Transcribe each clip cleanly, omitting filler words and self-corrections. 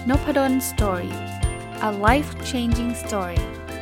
Nopadon Story. A life-changing story.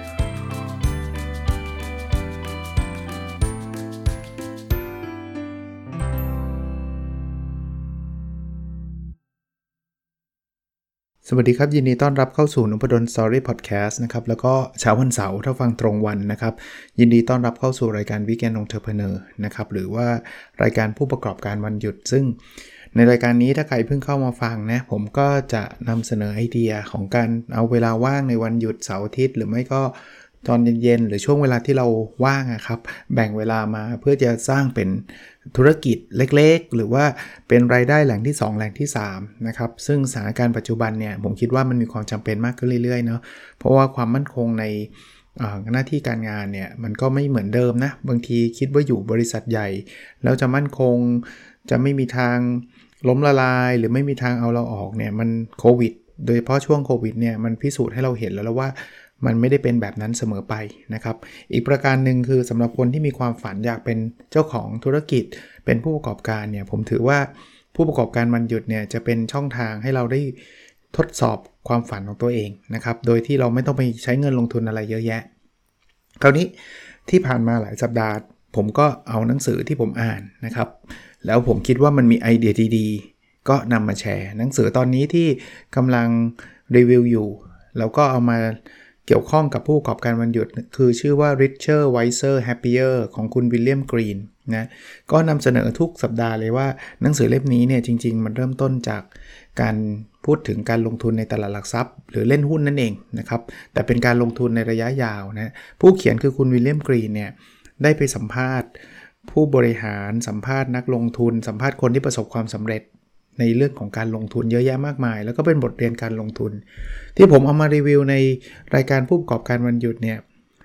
สวัสดีครับยินดีต้อนรับเข้าสู่นพดล Story Podcast นะครับแล้วก็เช้าวันเสาร์ถ้าฟังตรงวันนะครับยินดีต้อนรับเข้าสู่รายการ Weekend Entrepreneur นะครับหรือว่ารายการผู้ประกอบการวันหยุดซึ่งในรายการนี้ถ้าใครเพิ่งเข้ามาฟังนะผมก็จะนำเสนอไอเดียของการเอาเวลาว่างในวันหยุดเสาร์อาทิตย์หรือไม่ก็ตอนเย็นๆหรือช่วงเวลาที่เราว่างครับแบ่งเวลามาเพื่อจะสร้างเป็นธุรกิจเล็กๆหรือว่าเป็นรายได้แหล่งที่2แหล่งที่3นะครับซึ่งสถานการณ์ปัจจุบันเนี่ยผมคิดว่ามันมีความจำเป็นมากขึ้นเรื่อยๆเนาะเพราะว่าความมั่นคงในหน้าที่การงานเนี่ยมันก็ไม่เหมือนเดิมนะบางทีคิดว่าอยู่บริษัทใหญ่แล้วจะมั่นคงจะไม่มีทางล้มละลายหรือไม่มีทางเอาเราออกเนี่ยมันโควิดโดยเฉพาะช่วงโควิดเนี่ยมันพิสูจน์ให้เราเห็นแล้วว่ามันไม่ได้เป็นแบบนั้นเสมอไปนะครับอีกประการหนึ่งคือสำหรับคนที่มีความฝันอยากเป็นเจ้าของธุรกิจเป็นผู้ประกอบการเนี่ยผมถือว่าผู้ประกอบการวันหยุดเนี่ยจะเป็นช่องทางให้เราได้ทดสอบความฝันของตัวเองนะครับโดยที่เราไม่ต้องไปใช้เงินลงทุนอะไรเยอะแยะคราวนี้ที่ผ่านมาหลายสัปดาห์ผมก็เอาหนังสือที่ผมอ่านนะครับแล้วผมคิดว่ามันมีไอเดียดีๆก็นำมาแชร์หนังสือตอนนี้ที่กำลังรีวิวอยู่แล้วก็เอามาเกี่ยวข้องกับผู้ประกอบการวันหยุดคือชื่อว่า Richer Wiser Happier ของคุณวิลเลียมกรีนนะก็นำเสนอทุกสัปดาห์เลยว่าหนังสือเล่มนี้เนี่ยจริงๆมันเริ่มต้นจากการพูดถึงการลงทุนในตลาดหลักทรัพย์หรือเล่นหุ้นนั่นเองนะครับแต่เป็นการลงทุนในระยะยาวนะผู้เขียนคือคุณวิลเลียมกรีนเนี่ยได้ไปสัมภาษณ์ผู้บริหารสัมภาษณ์นักลงทุนสัมภาษณ์คนที่ประสบความสำเร็จในเรื่องของการลงทุนเยอะแยะมากมายแล้วก็เป็นบทเรียนการลงทุนที่ผมเอามารีวิวในรายการผู้ประกอบการวันหยุดเนี่ย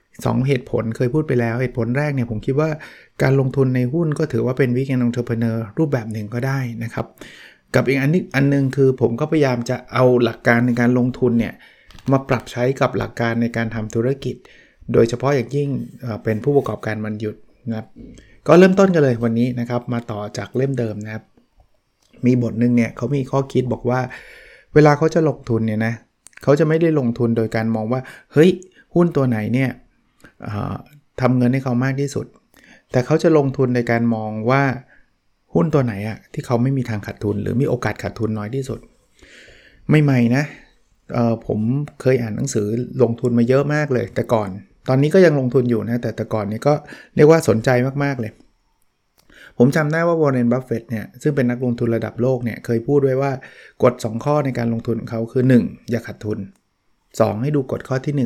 2เหตุผลเคยพูดไปแล้วเหตุผลแรกเนี่ยผมคิดว่าการลงทุนในหุ้นก็ถือว่าเป็น Weekend Entrepreneur รูปแบบหนึ่งก็ได้นะครับกับอีกอันนึงคือผมก็พยายามจะเอาหลักการในการลงทุนเนี่ยมาปรับใช้กับหลักการในการทำธุรกิจโดยเฉพาะอย่างยิ่งเป็นผู้ประกอบการวันหยุดนะครับก็เริ่มต้นกันเลยวันนี้นะครับมาต่อจากเล่มเดิมนะครับมีบทนึงเนี่ยเขามีข้อคิดบอกว่าเวลาเขาจะลงทุนเนี่ยนะเขาจะไม่ได้ลงทุนโดยการมองว่าเฮ้ยหุ้นตัวไหนเนี่ยทำเงินให้เขามากที่สุดแต่เขาจะลงทุนในการมองว่าหุ้นตัวไหนอะที่เขาไม่มีทางขาดทุนหรือมีโอกาสขาดทุนน้อยที่สุดใหม่ๆนะผมเคยอ่านหนังสือลงทุนมาเยอะมากเลยแต่ก่อนตอนนี้ก็ยังลงทุนอยู่นะแต่ก่อนนี้ก็เรียกว่าสนใจมากๆเลยผมจำได้ว่าวอร์เรน บัฟเฟตต์เนี่ยซึ่งเป็นนักลงทุนระดับโลกเนี่ยเคยพูดไว้ว่ากฎ2ข้อในการลงทุนของเขาคือ1อย่าขาดทุน2ให้ดูกฎข้อที่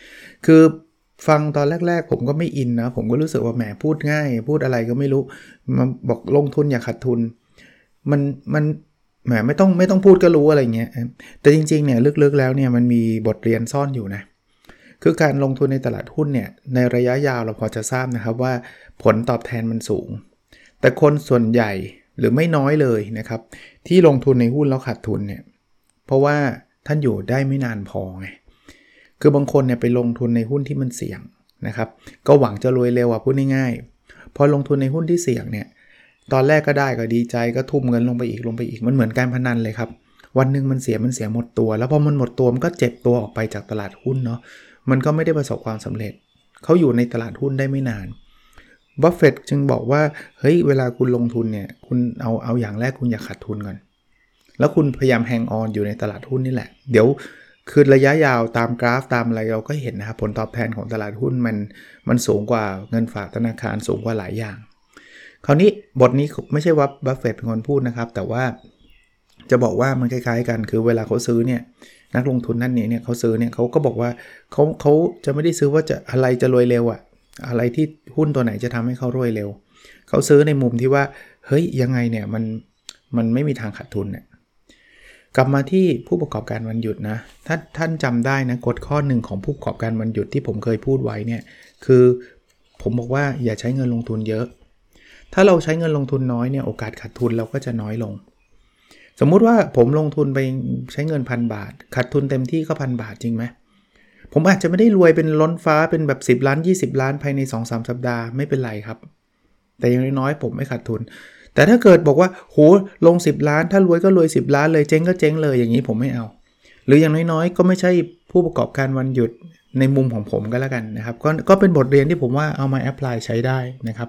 1คือฟังตอนแรกๆผมก็ไม่อินนะผมก็รู้สึกว่าแหมพูดง่ายพูดอะไรก็ไม่รู้มาบอกลงทุนอย่าขาดทุนมันแหมไม่ต้องพูดก็รู้อะไรเงี้ยแต่จริงๆเนี่ยลึกๆแล้วเนี่ยมันมีบทเรียนซ่อนอยู่นะคือการลงทุนในตลาดหุ้นเนี่ยในระยะยาวเราพอจะทราบนะครับว่าผลตอบแทนมันสูงแต่คนส่วนใหญ่หรือไม่น้อยเลยนะครับที่ลงทุนในหุ้นแล้วขาดทุนเนี่ยเพราะว่าท่านอยู่ได้ไม่นานพอไงคือบางคนเนี่ยไปลงทุนในหุ้นที่มันเสี่ยงนะครับก็หวังจะรวยเร็วพูดง่ายๆพอลงทุนในหุ้นที่เสี่ยงเนี่ยตอนแรกก็ได้ก็ดีใจก็ทุ่มเงินลงไปอีกมันเหมือนการพนันเลยครับวันนึงมันเสียหมดตัวแล้วพอมันหมดตัวมันก็เจ็บตัวออกไปจากตลาดหุ้นเนาะมันก็ไม่ได้ประสบความสำเร็จเขาอยู่ในตลาดหุ้นได้ไม่นานบัฟเฟตต์จึงบอกว่าเฮ้ยเวลาคุณลงทุนเนี่ยคุณเอาอย่างแรกคุณอย่าขาดทุนก่อนแล้วคุณพยายามแฮงออนอยู่ในตลาดหุ้นนี่แหละเดี๋ยวคือระยะยาวตามกราฟตามอะไรเราก็เห็นนะครับผลตอบแทนของตลาดหุ้นมันสูงกว่าเงินฝากธนาคารสูงกว่าหลายอย่างคราวนี้บทนี้ไม่ใช่ว่าบัฟเฟตต์เป็นคนพูดนะครับแต่ว่าจะบอกว่ามันคล้ายๆกันคือเวลาเขาซื้อเนี่ยนักลงทุนท่านนี้เนี่ยเขาซื้อเนี่ยเขาก็บอกว่าเขาจะไม่ได้ซื้อว่าจะอะไรจะรวยเร็วอะไรที่หุ้นตัวไหนจะทำให้เขารวยเร็วเขาซื้อในมุมที่ว่าเฮ้ยยังไงเนี่ยมันไม่มีทางขาดทุนเนี่ยกลับมาที่ผู้ประกอบการวันหยุดนะถ้าท่านจำได้นะกฎข้อหนึ่งของผู้ประกอบการวันหยุดที่ผมเคยพูดไว้เนี่ยคือผมบอกว่าอย่าใช้เงินลงทุนเยอะถ้าเราใช้เงินลงทุนน้อยเนี่ยโอกาสขาดทุนเราก็จะน้อยลงสมมุติว่าผมลงทุนไปใช้เงิน 1,000 บาทขาดทุนเต็มที่ก็ 1,000 บาทจริงไหมผมอาจจะไม่ได้รวยเป็นล้นฟ้าเป็นแบบ10ล้าน20ล้านภายใน 2-3 สัปดาห์ไม่เป็นไรครับแต่อย่างน้อยๆผมไม่ขาดทุนแต่ถ้าเกิดบอกว่าโหลง10ล้านถ้ารวยก็รวย10ล้านเลยเจ๊งก็เจ๊งเลยอย่างนี้ผมไม่เอาหรืออย่างน้อยๆก็ไม่ใช่ผู้ประกอบการวันหยุดในมุมของผมก็แล้วกันนะครับก็เป็นบทเรียนที่ผมว่าเอามาแอพพลายใช้ได้นะครับ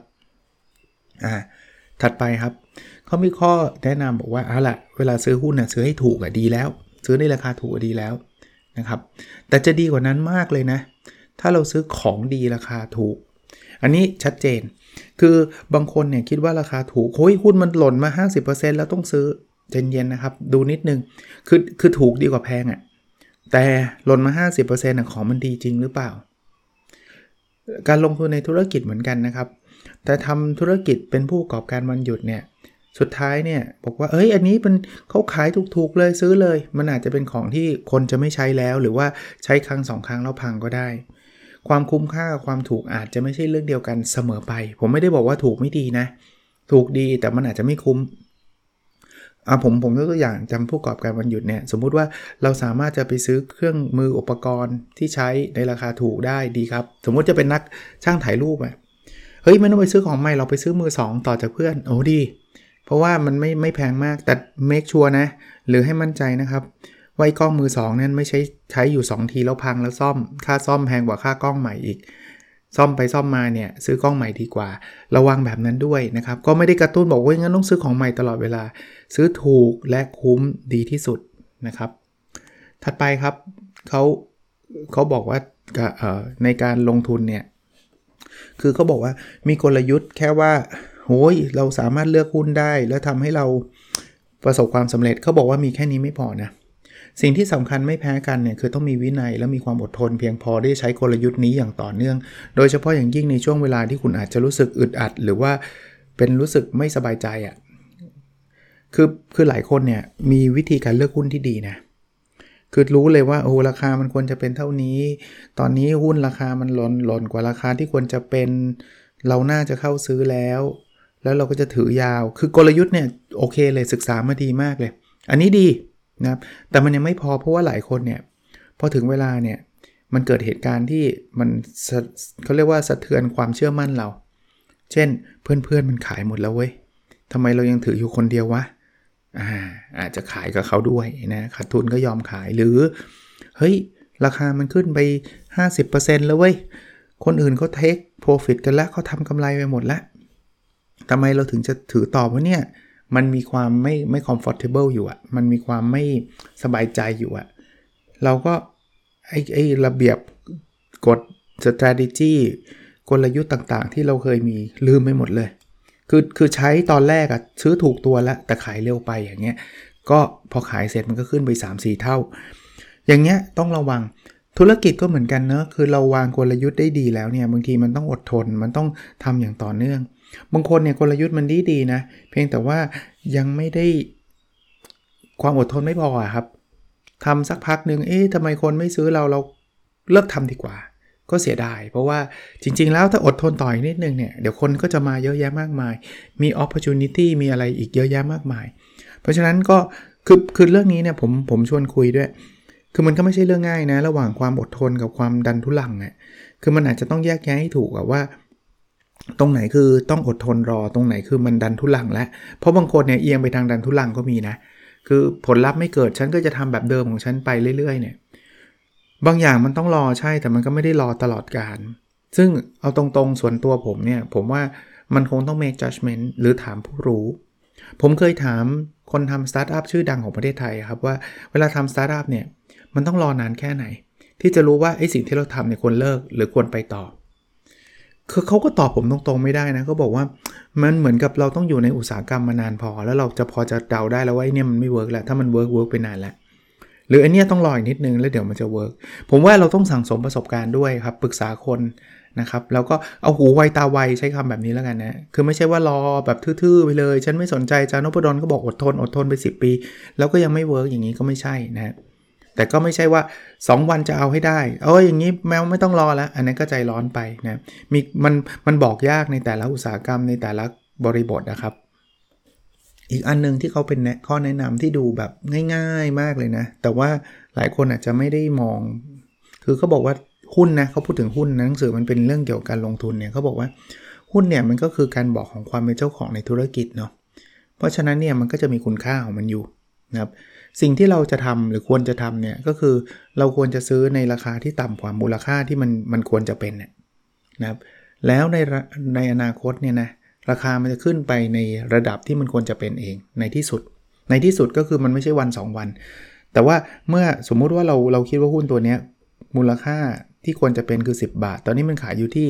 ถัดไปครับเขามีข้อแนะนำบอกว่าเอาล่ะเวลาซื้อหุ้นซื้อให้ถูกดีแล้วซื้อในราคาถูกดีแล้วนะครับแต่จะดีกว่านั้นมากเลยนะถ้าเราซื้อของดีราคาถูกอันนี้ชัดเจนคือบางคนเนี่ยคิดว่าราคาถูกโอ้ยหุ้นมันหล่นมา 50% แล้วต้องซื้อเย็นๆนะครับดูนิดนึงคือถูกดีกว่าแพงแต่หล่นมา 50% ของมันดีจริงหรือเปล่าการลงทุนในธุรกิจเหมือนกันนะครับแต่ทำธุรกิจเป็นผู้ประกอบการวันหยุดเนี่ยสุดท้ายเนี่ยบอกว่าอันนี้เป็นเขาขายถูกๆเลยซื้อเลยมันอาจจะเป็นของที่คนจะไม่ใช้แล้วหรือว่าใช้ครั้ง2ครั้งแล้วพังก็ได้ความคุ้มค่ากับความถูกอาจจะไม่ใช่เรื่องเดียวกันเสมอไปผมไม่ได้บอกว่าถูกไม่ดีนะถูกดีแต่มันอาจจะไม่คุ้มผมยกตัวอย่างจำผู้ประกอบการวันหยุดเนี่ยสมมุติว่าเราสามารถจะไปซื้อเครื่องมืออุปกรณ์ที่ใช้ในราคาถูกได้ดีครับสมมุติจะเป็นนักช่างถ่ายรูปไม่ต้องไปซื้อของใหม่เราไปซื้อมือ2ต่อจากเพื่อนดีเพราะว่ามันไม่แพงมากแต่เมคชัวร์นะหรือให้มั่นใจนะครับว่ากล้องมือ2นั้นไม่ใช้อยู่2ทีแล้วพังแล้วซ่อมค่าซ่อมแพงกว่าค่ากล้องใหม่อีกซ่อมไปซ่อมมาเนี่ยซื้อกล้องใหม่ดีกว่าระวังแบบนั้นด้วยนะครับก็ไม่ได้กระตุ้นบอกว่างั้นต้องซื้อของใหม่ตลอดเวลาซื้อถูกและคุ้มดีที่สุดนะครับถัดไปครับเขาบอกว่าในการลงทุนเนี่ยคือเขาบอกว่ามีกลยุทธ์แค่ว่าเราสามารถเลือกหุ้นได้แล้วทำให้เราประสบความสำเร็จเขาบอกว่ามีแค่นี้ไม่พอนะสิ่งที่สำคัญไม่แพ้กันเนี่ยคือต้องมีวินัยและมีความอดทนเพียงพอได้ใช้กลยุทธ์นี้อย่างต่อเนื่องโดยเฉพาะอย่างยิ่งในช่วงเวลาที่คุณอาจจะรู้สึกอึดอัดหรือว่าเป็นรู้สึกไม่สบายใจคือหลายคนเนี่ยมีวิธีการเลือกหุ้นที่ดีนะคือรู้เลยว่าราคามันควรจะเป็นเท่านี้ตอนนี้หุ้นราคามันหล่นกว่าราคาที่ควรจะเป็นเราน่าจะเข้าซื้อแล้วเราก็จะถือยาวคือกลยุทธ์เนี่ยโอเคเลยศึกษามาดีมากเลยอันนี้ดีนะครับแต่มันยังไม่พอเพราะว่าหลายคนเนี่ยพอถึงเวลาเนี่ยมันเกิดเหตุการณ์ที่มันเขาเรียกว่าสะเทือนความเชื่อมั่นเราเช่นเพื่อนมันขายหมดแล้วเว้ยทำไมเรายังถืออยู่คนเดียววะอาจจะขายกับเขาด้วยนะขาดทุนก็ยอมขายหรือราคามันขึ้นไป 50% แล้วเว้ยคนอื่นเขาเทคโปรฟิตกันแล้วเขาทำกำไรไปหมดแล้วทำไมเราถึงจะถือต่อวะเนี่ยมันมีความไม่ comfortable อยู่มันมีความไม่สบายใจอยู่เราก็ไอ้ระเบียบกฎ strategy กลยุทธ์ต่างๆที่เราเคยมีลืมไปหมดเลยคือใช้ตอนแรกซื้อถูกตัวแล้วแต่ขายเร็วไปอย่างเงี้ยก็พอขายเสร็จมันก็ขึ้นไป 3-4 เท่าอย่างเงี้ยต้องระวังธุรกิจก็เหมือนกันเนอะคือเราวางกลยุทธ์ได้ดีแล้วเนี่ยบางทีมันต้องอดทนมันต้องทำอย่างต่อเนื่องบางคนเนี่ยกลยุทธ์มันดีนะเพียงแต่ว่ายังไม่ได้ความอดทนไม่พอครับทำสักพักนึงทำไมคนไม่ซื้อเราเลิกทำดีกว่าก็เสียดายเพราะว่าจริงๆแล้วถ้าอดทนต่ออีกนิดนึงเนี่ยเดี๋ยวคนก็จะมาเยอะแยะมากมายมี opportunity มีอะไรอีกเยอะแยะมากมายเพราะฉะนั้นก็คือเรื่องนี้เนี่ยผมชวนคุยด้วยคือมันก็ไม่ใช่เรื่องง่ายนะระหว่างความอดทนกับความดันทุลังคือมันอาจจะต้องแยกแยะให้ถูกว่าตรงไหนคือต้องอดทนรอตรงไหนคือมันดันทุลังแล้วเพราะบางคนเนี่ยเอียงไปทางดันทุลังก็มีนะคือผลลัพธ์ไม่เกิดฉันก็จะทำแบบเดิมของฉันไปเรื่อยๆเนี่ยบางอย่างมันต้องรอใช่แต่มันก็ไม่ได้รอตลอดกาลซึ่งเอาตรงๆส่วนตัวผมเนี่ยผมว่ามันคงต้อง make judgment หรือถามผู้รู้ผมเคยถามคนทำสตาร์ทอัพชื่อดังของประเทศไทยครับว่าเวลาทำสตาร์ทอัพเนี่ยมันต้องรอนานแค่ไหนที่จะรู้ว่าไอ้สิ่งที่เราทำเนี่ยควรเลิกหรือควรไปต่อคือเขาก็ตอบผมตรงๆไม่ได้นะเขาบอกว่ามันเหมือนกับเราต้องอยู่ในอุตสาหกรรมมานานพอแล้วเราจะพอจะเดาได้แล้วว่าไอ้เนี่ยมันไม่เวิร์กแล้วถ้ามันเวิร์กไปนานแล้วหรือไอ้เนี่ยต้องรออีกนิดนึงแล้วเดี๋ยวมันจะเวิร์กผมว่าเราต้องสั่งสมประสบการณ์ด้วยครับปรึกษาคนนะครับแล้วก็เอาหูไวตาไวใช้คำแบบนี้แล้วกันนะคือไม่ใช่ว่ารอแบบทื่อๆไปเลยฉันไม่สนใจจานพดลก็บอกอดทนไป10 ปีแล้วก็ยังไม่เวิร์กอย่างนี้ก็ไม่ใช่นะแต่ก็ไม่ใช่ว่า2วันจะเอาให้ได้อย่างนี้แมวไม่ต้องรอแล้วอันนั้นก็ใจร้อนไปนะมันบอกยากในแต่ละอุตสาหกรรมในแต่ละบริบทนะครับอีกอันนึงที่เขาเป็นข้อแนะนำที่ดูแบบง่ายๆมากเลยนะแต่ว่าหลายคนอาจจะไม่ได้มองคือเขาบอกว่าหุ้นนะเขาพูดถึงหุ้นนะหนังสือมันเป็นเรื่องเกี่ยวกับการลงทุนเนี่ยเขาบอกว่าหุ้นเนี่ยมันก็คือการบอกของความเป็นเจ้าของในธุรกิจเนาะเพราะฉะนั้นเนี่ยมันก็จะมีคุณค่าของมันอยู่นะครับสิ่งที่เราจะทำหรือควรจะทำเนี่ยก็คือเราควรจะซื้อในราคาที่ต่ำกว่ามูลค่าที่มันควรจะเป็นนะครับแล้วในอนาคตเนี่ยนะราคามันจะขึ้นไปในระดับที่มันควรจะเป็นเองในที่สุดก็คือมันไม่ใช่วัน2วันแต่ว่าเมื่อสมมุติว่าเราคิดว่าหุ้นตัวนี้มูลค่าที่ควรจะเป็นคือ10 บาทตอนนี้มันขายอยู่ที่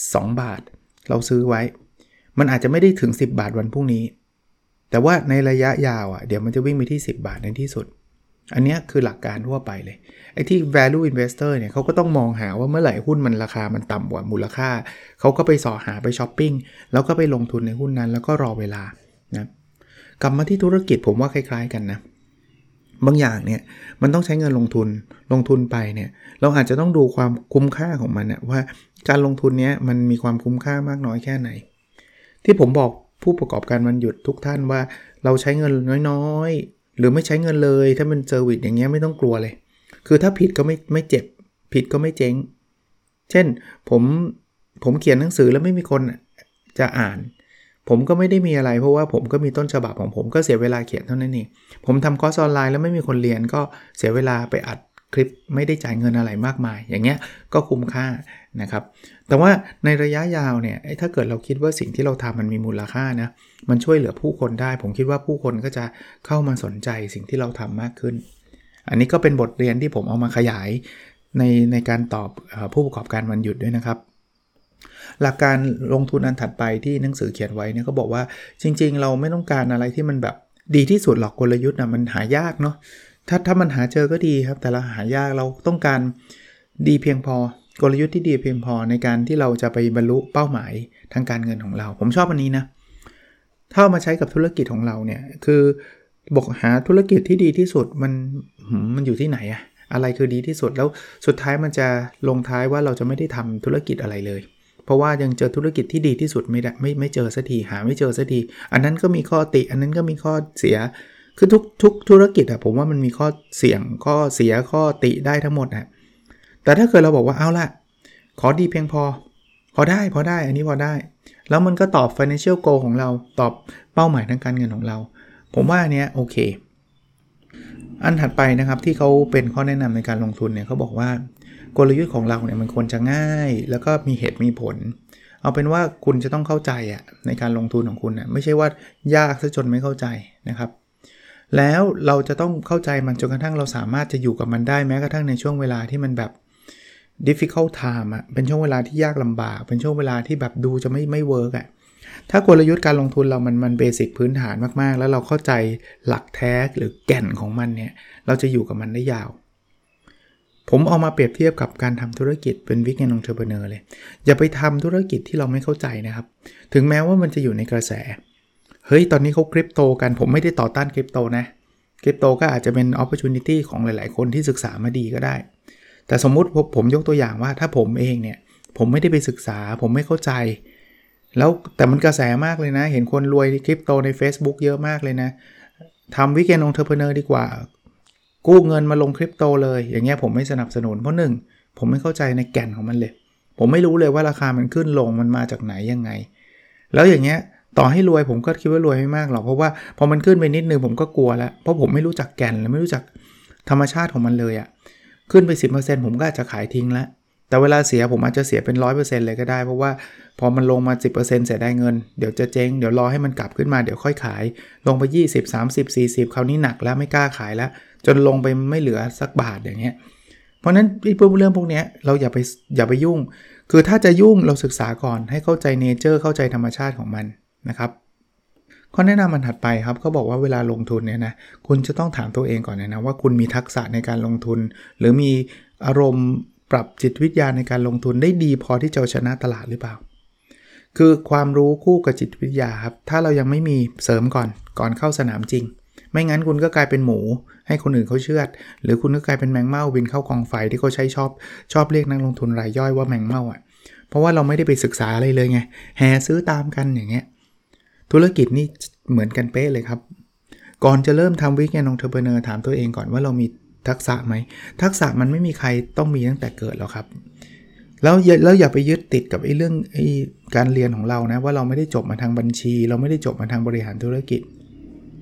2 บาทเราซื้อไว้มันอาจจะไม่ได้ถึง10 บาทวันพรุ่งนี้แต่ว่าในระยะยาวเดี๋ยวมันจะวิ่งไปที่10 บาทในที่สุดอันนี้คือหลักการทั่วไปเลยไอ้ที่ value investor เนี่ยเขาก็ต้องมองหาว่าเมื่อไหร่หุ้นมันราคามันต่ำกว่ามูลค่าเขาก็ไปส่อหาไปช้อปปิ้งแล้วก็ไปลงทุนในหุ้นนั้นแล้วก็รอเวลานะกลับมาที่ธุรกิจผมว่าคล้ายๆกันนะบางอย่างเนี่ยมันต้องใช้เงินลงทุนไปเนี่ยเราอาจจะต้องดูความคุ้มค่าของมันนะว่าการลงทุนเนี้ยมันมีความคุ้มค่ามากน้อยแค่ไหนที่ผมบอกผู้ประกอบการวันหยุดทุกท่านว่าเราใช้เงินน้อยๆหรือไม่ใช้เงินเลยถ้าเป็นเซอร์วิสอย่างเงี้ยไม่ต้องกลัวเลยคือถ้าผิดก็ไม่เจ็บผิดก็ไม่เจ๊งเช่นผมเขียนหนังสือแล้วไม่มีคนจะอ่านผมก็ไม่ได้มีอะไรเพราะว่าผมก็มีต้นฉบับของผมก็เสียเวลาเขียนเท่านั้นเองผมทำคอร์สออนไลน์แล้วไม่มีคนเรียนก็เสียเวลาไปอัดคลิปไม่ได้จ่ายเงินอะไรมากมายอย่างเงี้ยก็คุ้มค่านะครับแต่ว่าในระยะยาวเนี่ยถ้าเกิดเราคิดว่าสิ่งที่เราทำมันมีมูลค่านะมันช่วยเหลือผู้คนได้ผมคิดว่าผู้คนก็จะเข้ามาสนใจสิ่งที่เราทำมากขึ้นอันนี้ก็เป็นบทเรียนที่ผมเอามาขยายในการตอบผู้ประกอบการวันหยุดด้วยนะครับหลักการลงทุนอันถัดไปที่หนังสือเขียนไว้เนี่ยก็บอกว่าจริงๆเราไม่ต้องการอะไรที่มันแบบดีที่สุดหรอกกลยุทธ์มันหายากเนาะถ้ามันหาเจอก็ดีครับแต่เราหายากเราต้องการดีเพียงพอกลยุทธ์ที่ดีเพียงพอในการที่เราจะไปบรรลุเป้าหมายทางการเงินของเราผมชอบอันนี้นะถ้ามาใช้กับธุรกิจของเราเนี่ยคือบอกหาธุรกิจที่ดีที่สุดมันอยู่ที่ไหนอะไรคือดีที่สุดแล้วสุดท้ายมันจะลงท้ายว่าเราจะไม่ได้ทำธุรกิจอะไรเลยเพราะว่ายังเจอธุรกิจที่ดีที่สุดไม่เจอสักทีหาไม่เจอสักทีอันนั้นก็มีข้อติอันนั้นก็มีข้อเสียคือทุกธุรกิจผมว่ามันมีข้อเสี่ยงข้อเสียข้อติได้ทั้งหมดแต่ถ้าเกิดเราบอกว่าเอาล่ะขอดีเพียงพอได้อันนี้พอได้แล้วมันก็ตอบ financial goal ของเราตอบเป้าหมายทางการเงินของเราผมว่าอันเนี้ยโอเคอันถัดไปนะครับที่เขาเป็นข้อแนะนำในการลงทุนเนี่ยเขาบอกว่ากลยุทธ์ของเราเนี่ยมันควรจะง่ายแล้วก็มีเหตุมีผลเอาเป็นว่าคุณจะต้องเข้าใจในการลงทุนของคุณไม่ใช่ว่ายากซะจนไม่เข้าใจนะครับแล้วเราจะต้องเข้าใจมันจนกระทั่งเราสามารถจะอยู่กับมันได้แม้กระทั่งในช่วงเวลาที่มันแบบ difficult time เป็นช่วงเวลาที่ยากลำบากเป็นช่วงเวลาที่แบบดูจะไม่เวิร์กถ้ากลยุทธ์การลงทุนเรามันเบสิกพื้นฐานมากๆแล้วเราเข้าใจหลักแท้หรือแก่นของมันเนี่ยเราจะอยู่กับมันได้ยาวผมเอามาเปรียบเทียบกับการทำธุรกิจเป็น Weekend Entrepreneur เลยอย่าไปทำธุรกิจที่เราไม่เข้าใจนะครับถึงแม้ว่ามันจะอยู่ในกระแสเฮ้ยตอนนี้เขาคริปโตกันผมไม่ได้ต่อต้านคริปโตนะคริปโตก็อาจจะเป็น opportunity ของหลายๆคนที่ศึกษามาดีก็ได้แต่สมมุติผมยกตัวอย่างว่าถ้าผมเองเนี่ยผมไม่ได้ไปศึกษาผมไม่เข้าใจแล้วแต่มันกระแสมากเลยนะเห็นคนรวยในคริปโตใน Facebook เยอะมากเลยนะทำ Weekend Entrepreneur ดีกว่ากู้เงินมาลงคริปโตเลยอย่างเงี้ยผมไม่สนับสนุนเพราะ1ผมไม่เข้าใจในแก่นของมันเลยผมไม่รู้เลยว่าราคามันขึ้นลงมันมาจากไหนยังไงแล้วอย่างเงี้ยต่อให้รวยผมก็คิดว่ารวยไม่มากหรอกเพราะว่าพอมันขึ้นไปนิดนึงผมก็กลัวแล้วเพราะผมไม่รู้จักแก่นและไม่รู้จักธรรมชาติของมันเลยขึ้นไป 10% ผมก็อาจจะขายทิ้งแล้วแต่เวลาเสียผมอาจจะเสียเป็น 100% เลยก็ได้เพราะว่าพอมันลงมา 10% เสียได้เงินเดี๋ยวจะเจ๊งเดี๋ยวรอให้มันกลับขึ้นมาเดี๋ยวค่อยขายลงไป20 30 40คราวนี้หนักแล้วไม่กล้าขายแล้วจนลงไปไม่เหลือสักบาทอย่างเงี้ยเพราะนั้นเรื่องพวกนี้เราอย่าไปยุ่งคือถ้าจะยุ่งเราศึกษาก่อนให้เข้าใจเนเจอร์เข้าใจธรรมชาติของมันนะครับข้อแนะนำมันถัดไปครับเขาบอกว่าเวลาลงทุนเนี่ยนะคุณจะต้องถามตัวเองก่อนนะว่าคุณมีทักษะในการลงทุนหรือมีอารมณ์ปรับจิตวิทยาในการลงทุนได้ดีพอที่จะชนะตลาดหรือเปล่าคือความรู้คู่กับจิตวิทยาครับถ้าเรายังไม่มีเสริมก่อนเข้าสนามจริงไม่งั้นคุณก็กลายเป็นหมูให้คนอื่นเขาเชือดหรือคุณก็กลายเป็นแมงเม่าบินเข้ากองไฟที่เขาใช้ชอบเรียกนักลงทุนรายย่อยว่าแมงเม่าเพราะว่าเราไม่ได้ไปศึกษาอะไรเลยไงแห่ซื้อตามกันอย่างเงี้ยธุรกิจนี่เหมือนกันเป๊ะเลยครับก่อนจะเริ่มทำ Weekend Entrepreneur ถามตัวเองก่อนว่าเรามีทักษะไหมทักษะมันไม่มีใครต้องมีตั้งแต่เกิดหรอกครับแล้วอย่าไปยึดติดกับเรื่องการเรียนของเรานะว่าเราไม่ได้จบมาทางบัญชีเราไม่ได้จบมาทางบริหารธุรกิจ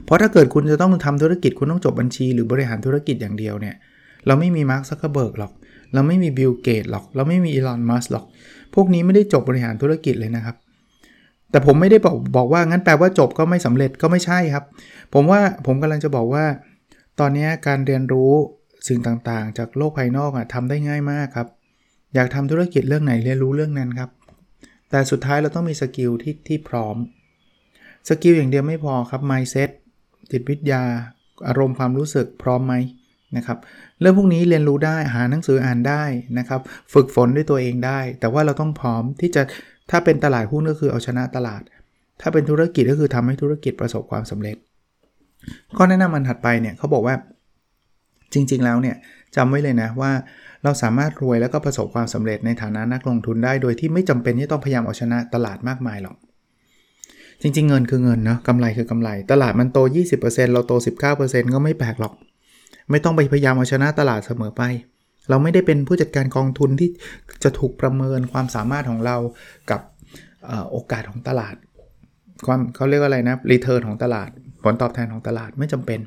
เพราะถ้าเกิดคุณจะต้องทำธุรกิจคุณต้องจบบัญชีหรือบริหารธุรกิจอย่างเดียวเนี่ยเราไม่มีมาร์ค ซักเคอร์เบิร์กหรอกเราไม่มีบิล เกตส์หรอกเราไม่มีอีลอน มัสก์หรอกพวกนี้ไม่ได้จบบริหารธุรกิจเลยนะครับแต่ผมไม่ได้บอกว่างั้นแปลว่าจบก็ไม่สำเร็จก็ไม่ใช่ครับผมกำลังจะบอกว่าตอนนี้การเรียนรู้สิ่งต่างๆจากโลกภายนอกทำได้ง่ายมากครับอยากทำธุรกิจเรื่องไหนเรียนรู้เรื่องนั้นครับแต่สุดท้ายเราต้องมีสกิลที่พร้อมสกิลอย่างเดียวไม่พอครับ mindset จิตวิทยาอารมณ์ความรู้สึกพร้อมไหมนะครับเรื่องพวกนี้เรียนรู้ได้หาหนังสืออ่านได้นะครับฝึกฝนด้วยตัวเองได้แต่ว่าเราต้องพร้อมที่จะถ้าเป็นตลาดหุ้นก็คือเอาชนะตลาดถ้าเป็นธุรกิจก็คือทำให้ธุรกิจประสบความสำเร็จข้อแนะนำอันถัดไปเนี่ยเขาบอกว่าจริงๆแล้วเนี่ยจำไว้เลยนะว่าเราสามารถรวยแล้วก็ประสบความสำเร็จในฐานะนักลงทุนได้โดยที่ไม่จำเป็นที่ต้องพยายามเอาชนะตลาดมากมายหรอกจริงๆเงินคือเงินนะกำไรคือกำไรตลาดมันโต 20% เราโต 19% ก็ไม่แปลกหรอกไม่ต้องไปพยายามเอาชนะตลาดเสมอไปเราไม่ได้เป็นผู้จัดการกองทุนที่จะถูกประเมินความสามารถของเรากับโอกาสของตลาดเขาเรียกว่าอะไรนะรีเทิร์นของตลาดผลตอบแทนของตลาดไม่จำเป็น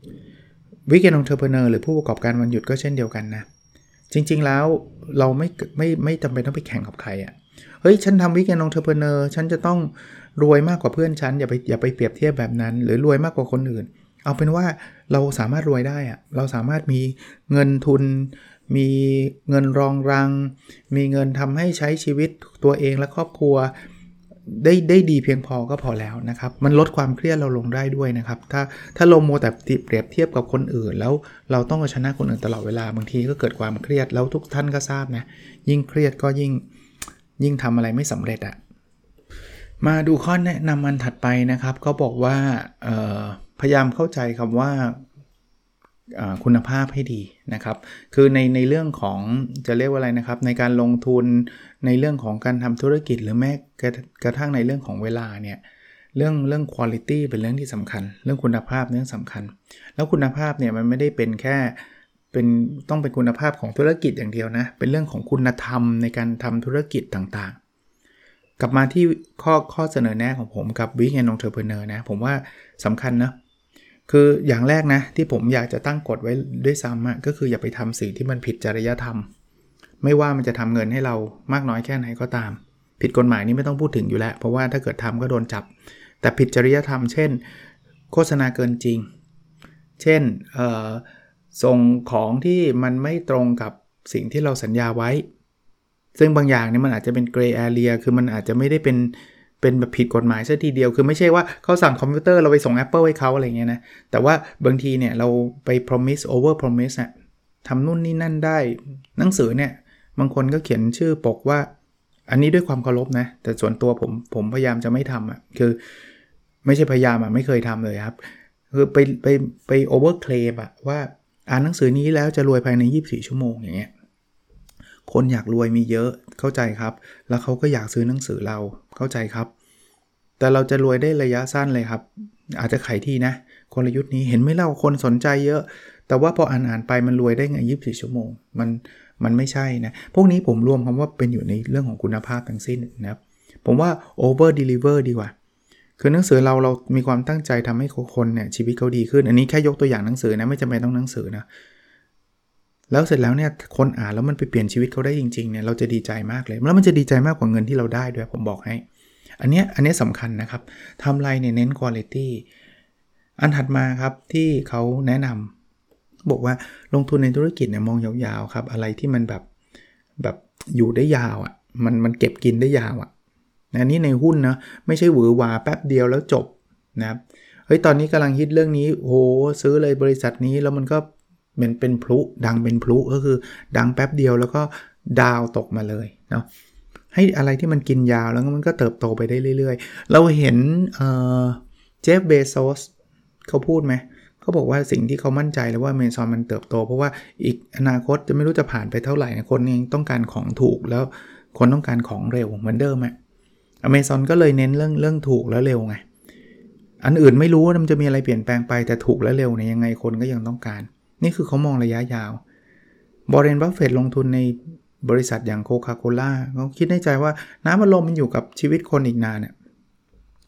Weekend Entrepreneur หรือผู้ประกอบการวันหยุดก็เช่นเดียวกันนะจริงๆแล้วเราไม่จำเป็นต้องไปแข่งกับใครเฮ้ยฉันทำ Weekend Entrepreneur ฉันจะต้องรวยมากกว่าเพื่อนฉันอย่าไปเปรียบเทียบแบบนั้นหรือรวยมากกว่าคนอื่นเอาเป็นว่าเราสามารถรวยได้เราสามารถมีเงินทุนมีเงินรองรังมีเงินทำให้ใช้ชีวิตตัวเองและครอบครัวได้ดีเพียงพอก็พอแล้วนะครับมันลดความเครียดเราลงได้ด้วยนะครับถ้าเราโมแต่เปรียบเทียบกับคนอื่นแล้วเราต้องเอาชนะคนอื่นตลอดเวลาบางทีก็เกิดความเครียดแล้วทุกท่านก็ทราบนะยิ่งเครียดก็ยิ่งทำอะไรไม่สำเร็จมาดูข้อแนะนำอันถัดไปนะครับเขาบอกว่าพยายามเข้าใจคำว่าคุณภาพให้ดีนะครับคือในเรื่องของจะเรียกว่าอะไรนะครับในการลงทุนในเรื่องของการทำธุรกิจหรือแม้กระทั่งในเรื่องของเวลาเนี่ยเรื่อง quality เป็นเรื่องที่สำคัญเรื่องคุณภาพเรื่องสำคัญแล้วคุณภาพเนี่ยมันไม่ได้เป็นแค่ต้องเป็นคุณภาพของธุรกิจอย่างเดียวนะเป็นเรื่องของคุณธรรมในการทำธุรกิจต่างๆกลับมาที่ข้อเสนอแนะของผมกับ Weekend Entrepreneur นะผมว่าสำคัญนะคืออย่างแรกนะที่ผมอยากจะตั้งกฎไว้ด้วยซ้ำก็คืออย่าไปทำสิ่งที่มันผิดจริยธรรมไม่ว่ามันจะทำเงินให้เรามากน้อยแค่ไหนก็ตามผิดกฎหมายนี่ไม่ต้องพูดถึงอยู่แล้วเพราะว่าถ้าเกิดทำก็โดนจับแต่ผิดจริยธรรมเช่นโฆษณาเกินจริงเช่นส่งของที่มันไม่ตรงกับสิ่งที่เราสัญญาไว้ซึ่งบางอย่างนี่มันอาจจะเป็นเกรย์แอเรียคือมันอาจจะไม่ได้เป็นแบบผิดกฎหมายซะทีเดียวคือไม่ใช่ว่าเขาสั่งคอมพิวเตอร์เราไปส่ง Apple ให้เขาอะไรเงี้ยนะแต่ว่าบางทีเนี่ยเราไป promise over promise ทำนู่นนี่นั่นได้หนังสือเนี่ยบางคนก็เขียนชื่อปกว่าอันนี้ด้วยความเคารพนะแต่ส่วนตัวผมพยายามจะไม่ทำคือไม่ใช่พยายามไม่เคยทำเลยครับคือไป over claim ว่าอ่านหนังสือนี้แล้วจะรวยภายใน24ชั่วโมงอย่างเงี้ยคนอยากรวยมีเยอะเข้าใจครับแล้วเขาก็อยากซื้อหนังสือเราเข้าใจครับแต่เราจะรวยได้ระยะสั้นเลยครับอาจจะขายที่นะกลยุทธ์นี้เห็นไหมเล่าคนสนใจเยอะแต่ว่าพออ่านไปมันรวยได้ไง24ชั่วโมงมันไม่ใช่นะพวกนี้ผมรวมคำว่าเป็นอยู่ในเรื่องของคุณภาพทั้งสิ้นนะครับผมว่า over deliver ดีกว่าคือหนังสือเรามีความตั้งใจทำให้คนเนี่ยชีวิตเขาดีขึ้นอันนี้แค่ยกตัวอย่างหนังสือนะไม่จำเป็นต้องหนังสือนะแล้วเสร็จแล้วเนี่ยคนอ่านแล้วมันไปเปลี่ยนชีวิตเขาได้จริงๆเนี่ยเราจะดีใจมากเลยแล้วมันจะดีใจมากกว่าเงินที่เราได้ด้วยผมบอกให้อันนี้สำคัญนะครับทำไรเนี่ยเน้น quality อันถัดมาครับที่เขาแนะนำบอกว่าลงทุนในธุรกิจเนี่ยมองยาวๆครับอะไรที่มันแบบอยู่ได้ยาวมันเก็บกินได้ยาวอันนี้ในหุ้นนะไม่ใช่หวือหวาแป๊บเดียวแล้วจบนะครับเฮ้ยตอนนี้กำลังฮิตเรื่องนี้โหซื้อเลยบริษัทนี้แล้วมันก็เป็นพลุดังเป็นพลุก็คือดังแป๊บเดียวแล้วก็ดาวตกมาเลยเนาะให้อะไรที่มันกินยาวแล้วมันก็เติบโตไปได้เรื่อยๆเราเห็นเจฟเบโซสเขาพูดไหมเขาบอกว่าสิ่งที่เขามั่นใจเลยว่า Amazon มันเติบโตเพราะว่าอีกอนาคตจะไม่รู้จะผ่านไปเท่าไหร่นะคนเองต้องการของถูกแล้วคนต้องการของเร็วเหมือนเดิมAmazon ก็เลยเน้นเรื่องถูกแล้วเร็วไงอันอื่นไม่รู้ว่ามันจะมีอะไรเปลี่ยนแปลงไปแต่ถูกและเร็วเนี่ยยังไงคนก็ยังต้องการนี่คือเขามองระยะยาววอร์เรน บัฟเฟตต์ลงทุนในบริษัทอย่างโคคาโคล่าเขาคิดในใจว่าน้ำอัดลมมันอยู่กับชีวิตคนอีกนานเนี่ย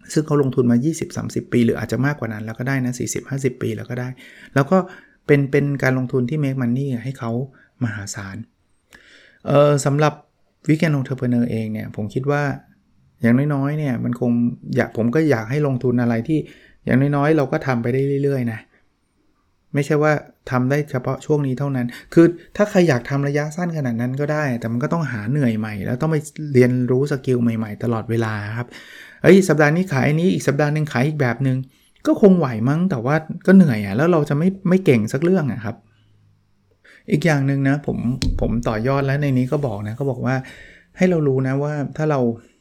ซึ่งเขาลงทุนมา 20-30 ปีหรืออาจจะมากกว่านั้นแล้วก็ได้นะ 40-50 ปีแล้วก็ได้แล้วก็เป็นการลงทุนที่ make money ให้เขามหาศาลสำหรับ Weekend Entrepreneur เองเนี่ยผมคิดว่าอย่างน้อยๆเนี่ยมันคงผมก็อยากให้ลงทุนอะไรที่อย่างน้อยๆเราก็ทำไปได้เรื่อยๆนะไม่ใช่ว่าทำได้เฉพาะช่วงนี้เท่านั้นคือถ้าใครอยากทำระยะสั้นขนาดนั้นก็ได้แต่มันก็ต้องหาเหนื่อยใหม่แล้วต้องไปเรียนรู้สกิลใหม่ๆตลอดเวลาครับสัปดาห์นี้ขายอันนี้อีกสัปดาห์นึงขายอีกแบบนึงก็คงไหวมั้งแต่ว่าก็เหนื่อยแล้วเราจะไม่เก่งสักเรื่องครับอีกอย่างนึงนะผมต่อยอดแล้วในนี้ก็บอกนะก็บอกว่าให้เรารู้นะว่าถ้าเรา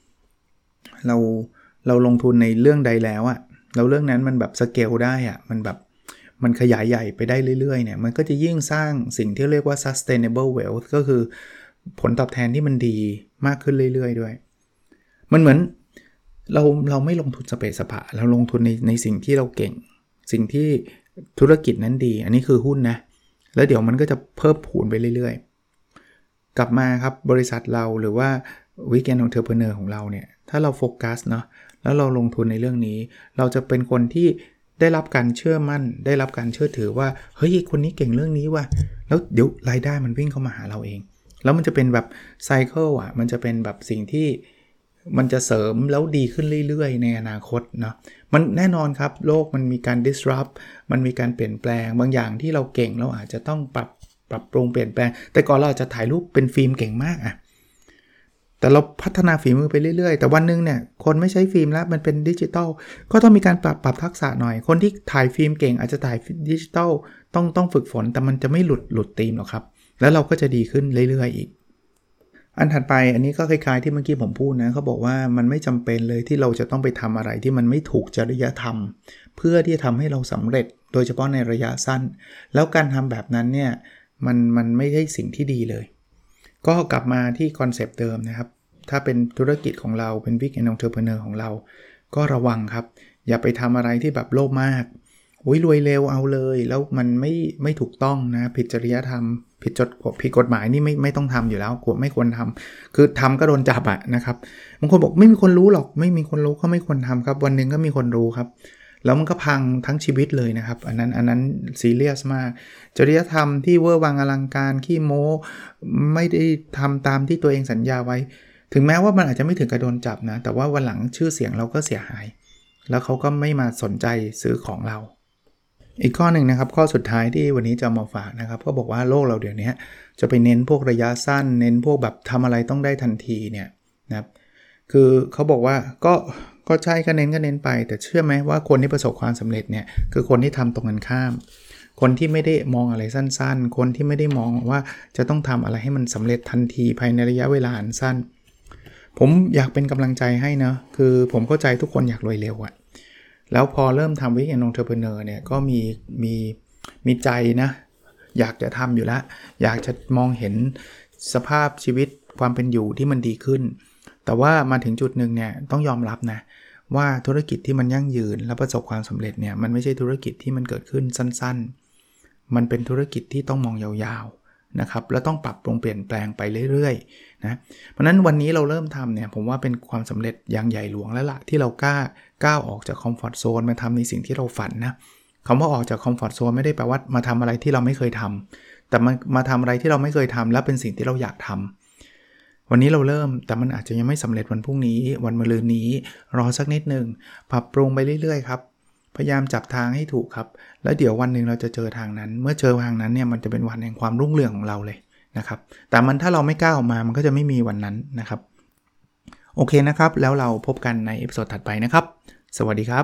ลงทุนในเรื่องใดแล้วอะแล้วเรื่องนั้นมันแบบสเกลได้อะมันขยายใหญ่ไปได้เรื่อยๆเนี่ยมันก็จะยิ่งสร้างสิ่งที่เรียกว่า sustainable wealth ก็คือผลตอบแทนที่มันดีมากขึ้นเรื่อยๆด้วยมันเหมือนเราไม่ลงทุนสเปซสปะเราลงทุนในสิ่งที่เราเก่งสิ่งที่ธุรกิจนั้นดีอันนี้คือหุ้นนะแล้วเดี๋ยวมันก็จะเพิ่มพูนไปเรื่อยๆกลับมาครับบริษัทเราหรือว่า Weekend Entrepreneur ของเราเนี่ยถ้าเราโฟกัสเนาะแล้วเราลงทุนในเรื่องนี้เราจะเป็นคนที่ได้รับการเชื่อมั่นได้รับการเชื่อถือว่าเฮ้ยคนนี้เก่งเรื่องนี้ว่ะแล้วเดี๋ยวรายได้มันวิ่งเข้ามาหาเราเองแล้วมันจะเป็นแบบไซเคิลอ่ะมันจะเป็นแบบสิ่งที่มันจะเสริมแล้วดีขึ้นเรื่อยๆในอนาคตเนาะมันแน่นอนครับโลกมันมีการ disrupt มันมีการเปลี่ยนแปลงบางอย่างที่เราเก่งเราอาจจะต้องปรับปรุงเปลี่ยนแปลงแต่ก่อนเราจะถ่ายรูปเป็นฟิล์มเก่งมากอะแต่เราพัฒนาฝีมือไปเรื่อยๆแต่วันนึงเนี่ยคนไม่ใช้ฟิล์มแล้วมันเป็นดิจิตอลก็ต้องมีการปรับทักษะหน่อยคนที่ถ่ายฟิล์มเก่งอาจจะถ่ายดิจิตอลต้องฝึกฝนแต่มันจะไม่หลุดธีมหรอกครับแล้วเราก็จะดีขึ้นเรื่อยๆอีกอันถัดไปอันนี้ก็คล้ายๆที่เมื่อกี้ผมพูดนะเขาบอกว่ามันไม่จำเป็นเลยที่เราจะต้องไปทำอะไรที่มันไม่ถูกจริยธรรมเพื่อที่จะทำให้เราสำเร็จโดยเฉพาะในระยะสั้นแล้วการทำแบบนั้นเนี่ยมันไม่ใช่สิ่งที่ดีเลยก็กลับมาที่คอนเซปต์เดิมนะครับถ้าเป็นธุรกิจของเราเป็น Weekend Entrepreneur ของเราก็ระวังครับอย่าไปทำอะไรที่แบบโลภมากรวยเร็วเอาเลยแล้วมันไม่ถูกต้องนะผิดจริยธรรมผิดกฎหมายนี่ไม่ต้องทำอยู่แล้วไม่ควรทำคือทำก็โดนจับอะนะครับบางคนบอกไม่มีคนรู้หรอกไม่มีคนรู้ก็ไม่ควรทำครับวันนึงก็มีคนรู้ครับแล้วมันก็พังทั้งชีวิตเลยนะครับอันนั้นซีเรียสมากจริยธรรมที่เวอร์วังอลังการขี้โม้ไม่ได้ทำตามที่ตัวเองสัญญาไว้ถึงแม้ว่ามันอาจจะไม่ถึงกับโดนจับนะแต่ว่าวันหลังชื่อเสียงเราก็เสียหายแล้วเขาก็ไม่มาสนใจซื้อของเราอีกข้อหนึ่งนะครับข้อสุดท้ายที่วันนี้จะมาฝากนะครับก็บอกว่าโลกเราเดี๋ยวนี้จะไปเน้นพวกระยะสั้นเน้นพวกแบบทำอะไรต้องได้ทันทีเนี่ยนะครับคือเขาบอกว่าก็ใช่ก็เน้นไปแต่เชื่อไหมว่าคนที่ประสบความสำเร็จเนี่ยคือคนที่ทำตรงกันข้ามคนที่ไม่ได้มองอะไรสั้นๆคนที่ไม่ได้มองว่าจะต้องทำอะไรให้มันสำเร็จทันทีภายในระยะเวลาอันสั้นผมอยากเป็นกำลังใจให้นะคือผมเข้าใจทุกคนอยากรวยเร็วอะแล้วพอเริ่มทำ Weekend Entrepreneur เนี่ยก็มีใจนะอยากจะทำอยู่แล้วอยากจะมองเห็นสภาพชีวิตความเป็นอยู่ที่มันดีขึ้นแต่ว่ามาถึงจุดหนึ่งเนี่ยต้องยอมรับนะว่าธุรกิจที่มันยั่งยืนและประสบความสำเร็จเนี่ยมันไม่ใช่ธุรกิจที่มันเกิดขึ้นสั้นๆมันเป็นธุรกิจที่ต้องมองยาวๆนะครับแล้วต้องปรับปรุงเปลี่ยนแปลงไปเรื่อยๆนะเพราะนั้นวันนี้เราเริ่มทำเนี่ยผมว่าเป็นความสำเร็จอย่างใหญ่หลวงแล้วล่ะที่เราก้าวออกจากคอมฟอร์ตโซนมาทำในสิ่งที่เราฝันนะคำว่าออกจากคอมฟอร์ตโซนไม่ได้แปลว่ามาทำอะไรที่เราไม่เคยทำแต่มาทำอะไรที่เราไม่เคยทำแล้วเป็นสิ่งที่เราอยากทำวันนี้เราเริ่มแต่มันอาจจะยังไม่สำเร็จวันพรุ่งนี้วันมะรืนนี้รอสักนิดนึงปรับปรุงไปเรื่อยๆครับพยายามจับทางให้ถูกครับแล้วเดี๋ยววันนึงเราจะเจอทางนั้นเมื่อเจอทางนั้นเนี่ยมันจะเป็นวันแห่งความรุ่งเรืองของเราเลยนะครับแต่ถ้าเราไม่ก้าวออกมามันก็จะไม่มีวันนั้นนะครับโอเคนะครับแล้วเราพบกันในเอพิโซดถัดไปนะครับสวัสดีครับ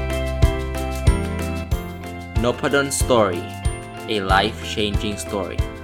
Nopadon Story, a life-changing story.